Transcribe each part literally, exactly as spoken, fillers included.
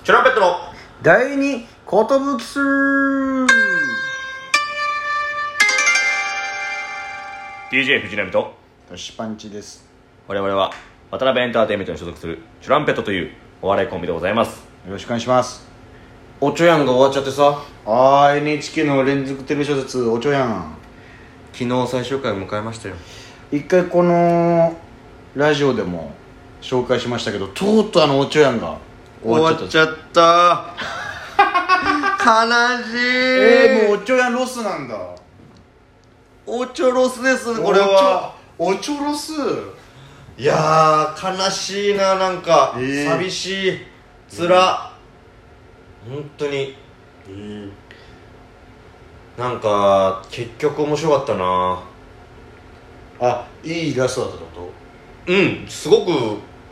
チュランペットの第二ことぶきすーディージェー 藤波とトシパンチです。 我々は渡辺エンターテインメントに所属するチュランペットというお笑いコンビでございます。 よろしくお願いします。 おちょやんが終わっちゃってさ、 あー エヌエイチケー の連続テレビ小説おちょやん、 昨日最終回を迎えましたよ。 一回このラジオでも紹介しましたけど、とうとうあのおちょやんが終わっちゃった。 終わっちゃった悲しい。 えー、もうおちょやんロスなんだ。 おちょロスですこれは。 おちょロス。 いやー悲しいな、なんか、 えー、 寂しい、つら、うん、本当に、 えー、 なんか結局面白かったな。 あ、いいラストだったってこうんすごく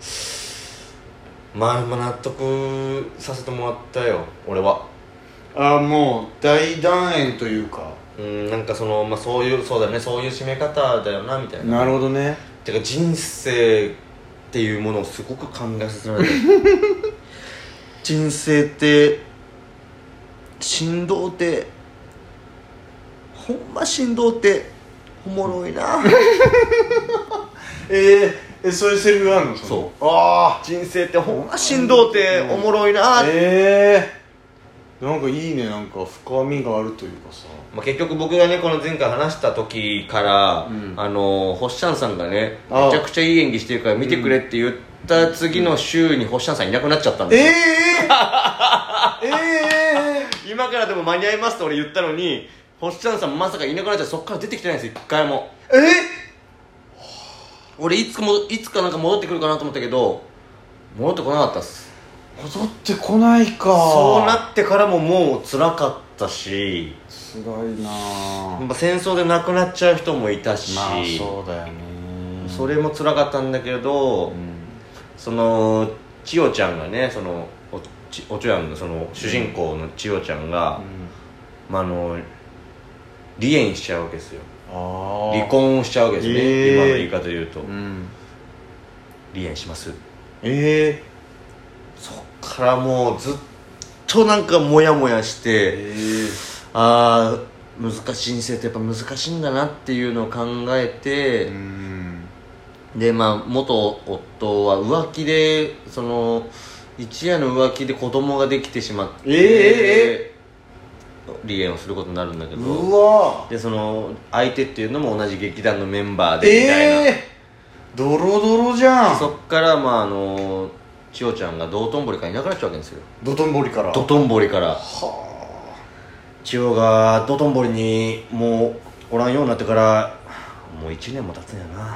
まあ、まあ納得させてもらったよ俺は。 と？あ、もう大団円というか、 うんなんかそのまあそういうそうだねそういう締め方だよなみたいな。 なるほどね。 てか人生っていうものをすごく考えさせられる人生って振動ってほんま振動っておもろいなえー、え、そういうセリフがあるの？ そう、 ああ、 人生ってほんま振動っておもろいな。 ええー、なんかいいね、なんか深みがあるというかさ、 まあ、結局僕がねこの前回話した時から、 うん、 あのホッシャンさんがねめちゃくちゃいい演技してるから見てくれって言った次の週にホッシャンさんいなくなっちゃったんですよ。 えー、えー、今からでも間に合いますって俺言ったのにホッシャンさんまさかいなくなっちゃって、そっから出てきてないんですよ一回も。 ー、え俺いつかもいつかなんか戻ってくるかなと思ったけど戻ってこなかったっす。 戻ってこないか。 そうなってからももう辛かったし、 辛いなやっぱ戦争で亡くなっちゃう人もいたし、 まあそうだよね、 それも辛かったんだけど、うん、その千代ちゃんがねその お, ちおちょやんのその主人公の千代ちゃんが、うんまあ、あの離縁しちゃうわけですよ。 あ離婚しちゃうわけですね、 えー、 今の言い方で言うと、うん、離縁します。 ええー、そっからもうずっとなんかモヤモヤして、えー、ああ難しい人生ってやっぱ難しいんだなっていうのを考えて、うん、でまあ元夫は浮気でその一夜の浮気で子供ができてしまって、えー離縁をすることになるんだけど、 うわでその相手っていうのも同じ劇団のメンバーでみたいな、 えー、ドロドロじゃん。 そっからまああの千代ちゃんが道頓堀からいなくなっちゃうわけですよ。 道頓堀から道頓堀からはあ。 千代が道頓堀にもうおらんようになってからもういちねんも経つんやな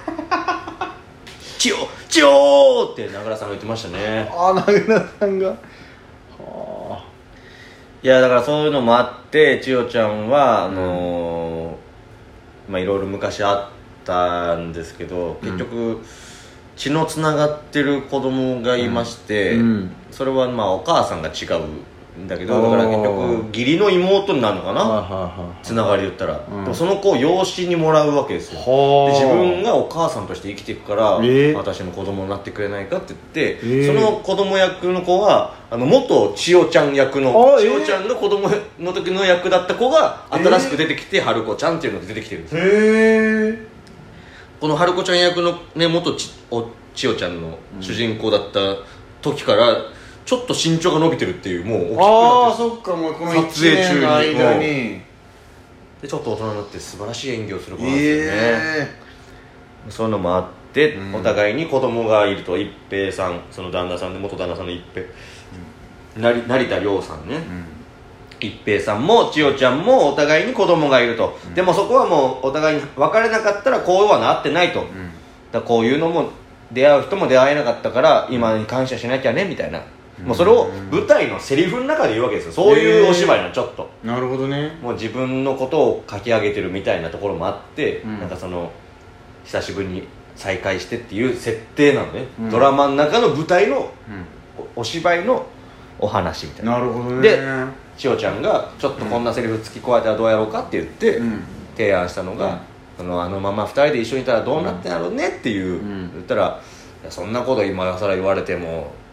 千代千代って名倉さんが言ってましたね。 ああ名倉さんがはあ。 いやだからそういうのもあって千代ちゃんはあのー、まあいろいろ昔あったんですけど結局、うん、血のつながってる子供がいまして、うん、それはまあお母さんが違うんだけどだから結局義理の妹になるのかなつながりで言ったら、うん、でもその子を養子にもらうわけですよ。で自分がお母さんとして生きていくから、えー、私の子供になってくれないかって言って、えー、その子供役の子はあの元千代ちゃん役の千代ちゃんの子供の時の役だった子が新しく出てきて、えー、春子ちゃんっていうので出てきてるんですよ。へー。この春子ちゃん役の、ね、元ちお千代ちゃんの主人公だった時から、うん、ちょっと身長が伸びてるっていうもう大きくなってる。 ああそっかもうこのいちねんの間にでちょっと大人になって素晴らしい演技をする子なんですよね、えー、そういうのもあって、うん、お互いに子供がいると一平さんその旦那さんで元旦那さんの一平、うん、成, 成田凌さんね、うん、一平さんも千代ちゃんもお互いに子供がいると、うん、でもそこはもうお互いに別れなかったらこうはなってないと、うん、だこういうのも出会う人も出会えなかったから今に感謝しなきゃねみたいな、うん、もうそれを舞台のセリフの中で言うわけですよ。そういうお芝居のちょっと、 えー、なるほどね。 もう自分のことを書き上げてるみたいなところもあって、うん、なんかその久しぶりに再会してっていう設定なのね、うん、ドラマの中の舞台の、うん、お, お芝居のお話みたいな。 なるほどね。 で千代ちゃんがちょっとこんなセリフ付き加えたらどうやろうかって言って、うん、提案したのが、うん、あのあのままふたりで一緒にいたらどうなってんやろうねっていう、うん、言ったらいやそんなこと今更言われても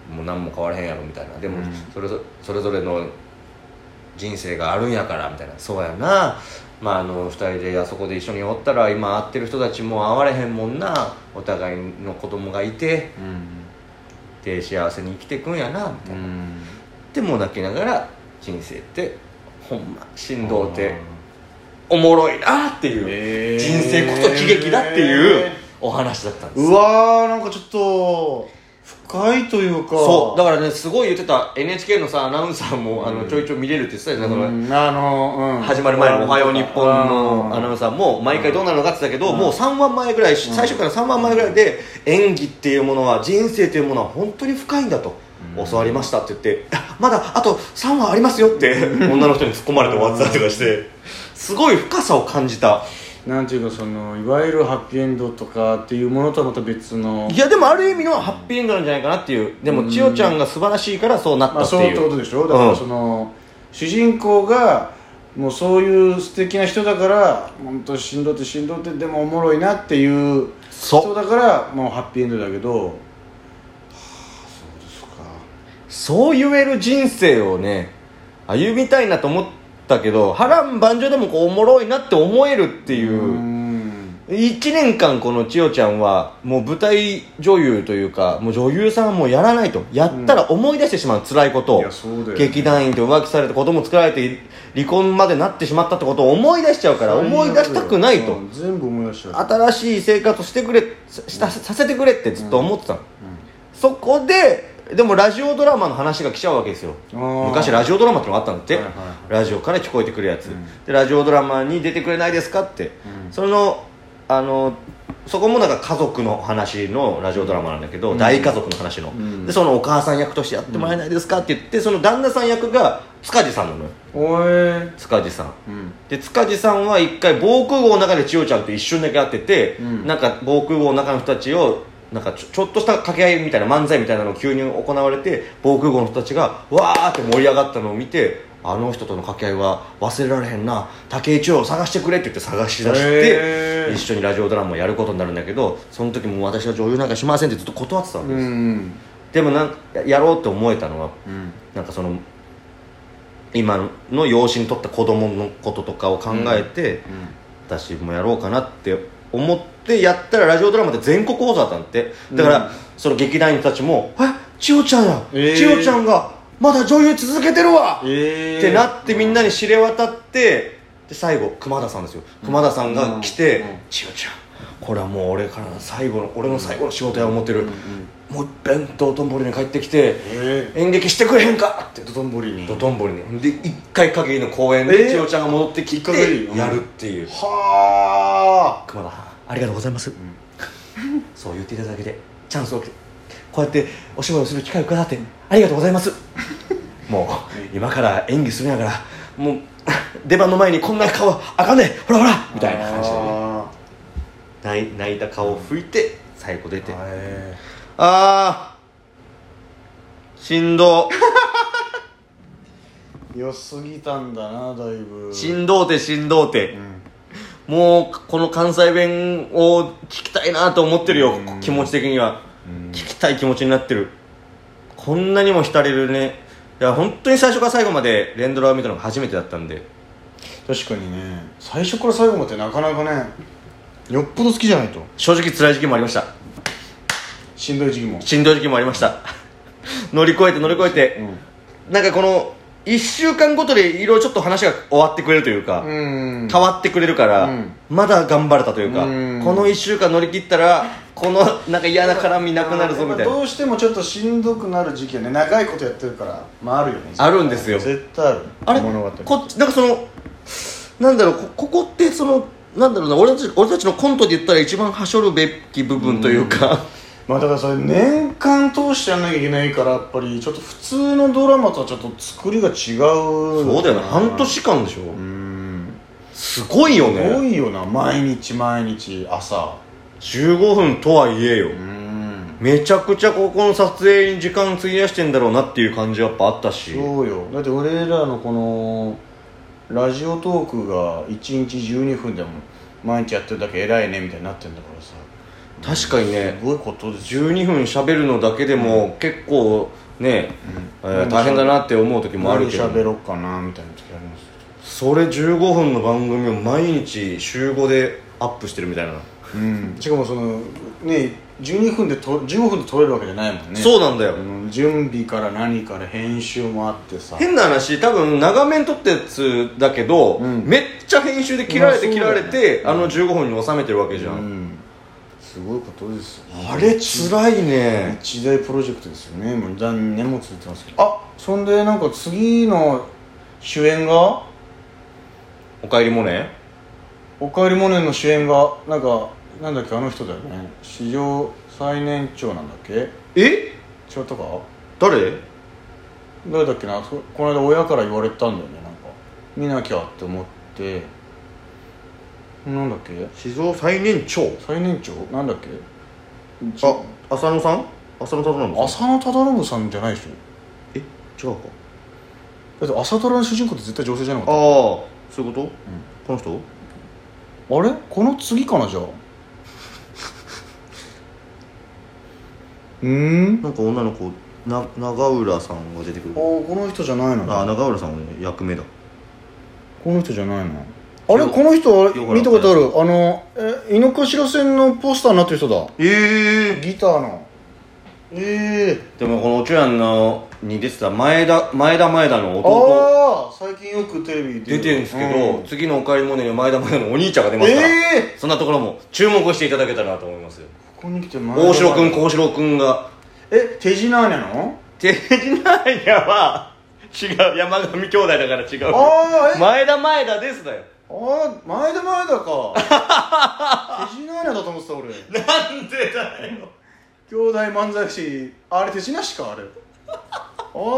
もう何も変わらへんやろみたいな、でもうんそれぞそれぞれの人生があるんやからみたいな、そうやな、まああのふたりであそこで一緒におったら今会ってる人たちも会われへんもんな、お互いの子供がいて、 うん、 で幸せに生きていくんやなみたいな、 うん、 でも泣きながら人生ってほんま振動っておもろいなっていう、 えー、 人生こそ喜劇だっていうお話だったんですよ。 うわーなんかちょっと深いというか、 そうだからね、すごい言ってた エヌエイチケー のさアナウンサーも、うん、あのちょいちょい見れるって言ってたよね、 うん、あの、うん、 始まる前の「おはよう日本」のアナウンサーも毎回どうなるのかって言ってたけど、うん、もうさんわんまえぐらい、うん、最初からさんわんまえぐらいで演技っていうものは、人生というものは本当に深いんだと、うん、教わりましたって言って、まだあとさんわありますよって女の人に突っ込まれて終わってたりとかして、すごい深さを感じた。 なんていうか、そのいわゆるハッピーエンドとかっていうものとはまた別の、 いやでもある意味のハッピーエンドなんじゃないかなっていう。でも千代ちゃんが素晴らしいからそうなったっていう、 まあ、そうってことでしょ。だからその、うん、主人公がもうそういう素敵な人だから本当しんどってしんどってでもおもろいなっていう人だからもうハッピーエンドだけど、はあ、そうですか。 そう言える人生をね歩みたいなと思ったけど、波乱万丈でもこうおもろいなって思えるっていう、うん、いちねんかんこの千代ちゃんはもう舞台女優というか、もう女優さんはもうやらないと、やったら思い出してしまう辛いことを、 いやそうだよね、 劇団員と浮気されて子供作られて離婚までなってしまったってことを思い出しちゃうから、思い出したくないと、 うん、全部思い出しちゃう、 新しい生活をしてくれ、した、させてくれってずっと思ってたの、うんうん、そこででもラジオドラマの話が来ちゃうわけですよ。昔ラジオドラマってのがあったんだって、はいはいはい、ラジオから聞こえてくるやつ、うん、でラジオドラマに出てくれないですかって、うん、そのあのそこもなんか家族の話のラジオドラマなんだけど、うん、大家族の話の、うん、でそのお母さん役としてやってもらえないですかって言って、その旦那さん役が塚地さんなのよ。 おえ塚地さん、うん、で塚地さんは一回防空壕の中で千代ちゃんと一瞬だけ会ってて、うん、なんか防空壕の中の人たちをなんかち ょ, ちょっとした掛け合いみたいな漫才みたいなのを急に行われて、防空壕の人たちがわーって盛り上がったのを見て、あの人との掛け合いは忘れられへんな、竹井千代を探してくれって言って探し出して一緒にラジオドラマをやることになるんだけど、その時も私は女優なんかしませんってずっと断ってたわけです、うん、でもなんかやろうって思えたのは、うん、なんかその今の養子にとった子供のこととかを考えて、うんうん、私もやろうかなって思ってやったら、ラジオドラマって全国放送だったんってだから、うん、その劇団員たちも「え千代ちゃんや、えー、千代ちゃんがまだ女優続けてるわ、えー、ってなってみんなに知れ渡って、で最後熊田さんですよ、熊田さんが来て「千代ちゃんこれはもう俺からの最後の俺の最後の仕事や思ってる、うんうん、もう一遍道頓堀に帰ってきて、えー、演劇してくれへんか」って道頓堀に道頓堀にで一回限りの公演で千代ちゃんが戻ってきてやるっていう、うん、はあ熊田さんありがとうございます、うん、そう言っていただけでチャンスをこうやってお芝居をする機会をくださってありがとうございますもう今から演技するんやからもう出番の前にこんな顔あかんねほらほらみたいな感じで、ね、泣いた顔を拭いて最後出て、あーしんど良すぎたんだな、だいぶしんどうてしんどうて、うん、もうこの関西弁を聞きたいなと思ってるよ、うん、気持ち的には、うん、聞きたい気持ちになってる。こんなにも浸れるね。いや本当に最初から最後まで連ドラを見たのが初めてだったんで。 確かにね、最初から最後までなかなかね、よっぽど好きじゃないと。 正直辛い時期もありました。 しんどい時期もしんどい時期もありました乗り越えて乗り越えて、うん、なんかこのいっしゅうかんごとでいろいろちょっと話が終わってくれるというか、うん、変わってくれるから、うん、まだ頑張れたというか、うん、このいっしゅうかん乗り切ったらこのなんか嫌な絡みなくなるぞみたいな。 どうしてもちょっとしんどくなる時期はね、長いことやってるから、まああるよね。 あるんですよ、 絶対ある。 あれ物語こっちなんかそのなんだろう こ, ここってそのなんだろうな、俺たち俺たちのコントで言ったら一番はしょるべき部分というか、 まあだからそれ年間通してやんなきゃいけないから、やっぱりちょっと普通のドラマとはちょっと作りが違う。 そうだよね、半年間でしょ。うん、すごいよね。 すごいよな、毎日毎日朝じゅうごふんとはいえよ、うん、めちゃくちゃここの撮影に時間費やしてんだろうなっていう感じはやっぱあったし。 そうよ、だって俺らのこのラジオトークがいちにちじゅうにふんでも毎日やってるだけ偉いねみたいになってるんだからさ。 確かにねすごいことですじゅうにふん喋るのだけでも結構ね、うんえー、大変だなって思う時もあるけど何喋ろうかなみたいな時ありますそれじゅうごふんの番組を毎日週ごでアップしてるみたいな、 うん、しかもそのねじゅうにふんでとじゅうごふんで撮れるわけじゃないもんねそうなんだよ、 うん、準備から何から編集もあってさ変な話多分長めに撮ったやつだけど、うん、めっちゃ編集で切られて切られて、まあね、あのじゅうごふんに収めてるわけじゃん、うん、 すごいことですよあれつらいね一大プロジェクトですよねもう何年も続いてますけどあそんでなんか次の主演がおかえりモネおかえりモネの主演がなんかなんだっけあの人だよね史上最年長なんだっけえ違ったか誰誰だっけなこの間親から言われたんだよねなんか見なきゃって思ってなんだっけ史上最年長最年長なんだっけあ浅野さん浅野忠信さん浅野忠信さんじゃないでしょえ違うかだって朝ドラの主人公って絶対女性じゃなかったああそういうこと、うん、この人あれこの次かなじゃあうんなんか女の子な永浦さんが出てくるああこの人じゃないのああ永浦さんは、ね、役目だこの人じゃないのあれこの人見たことあるあのえ井の頭線のポスターになってる人だええー、 ギターのええー、 でもこのおちょやんのに出てた前田前田前田の弟ああ最近よくテレビ出てるんですけど、うん、次のおかえりモネに前田前田のお兄ちゃんが出ますから、えー、そんなところも注目していただけたらなと思いますよここに来て前田大城君幸四郎君がえ手品ーニャの手品ーニャは違う山上兄弟だから違うあえ前田前田ですだよああ前田前田か手品ーニャだと思ってた俺なんでだよ兄弟漫才師あれ手品師かあれあ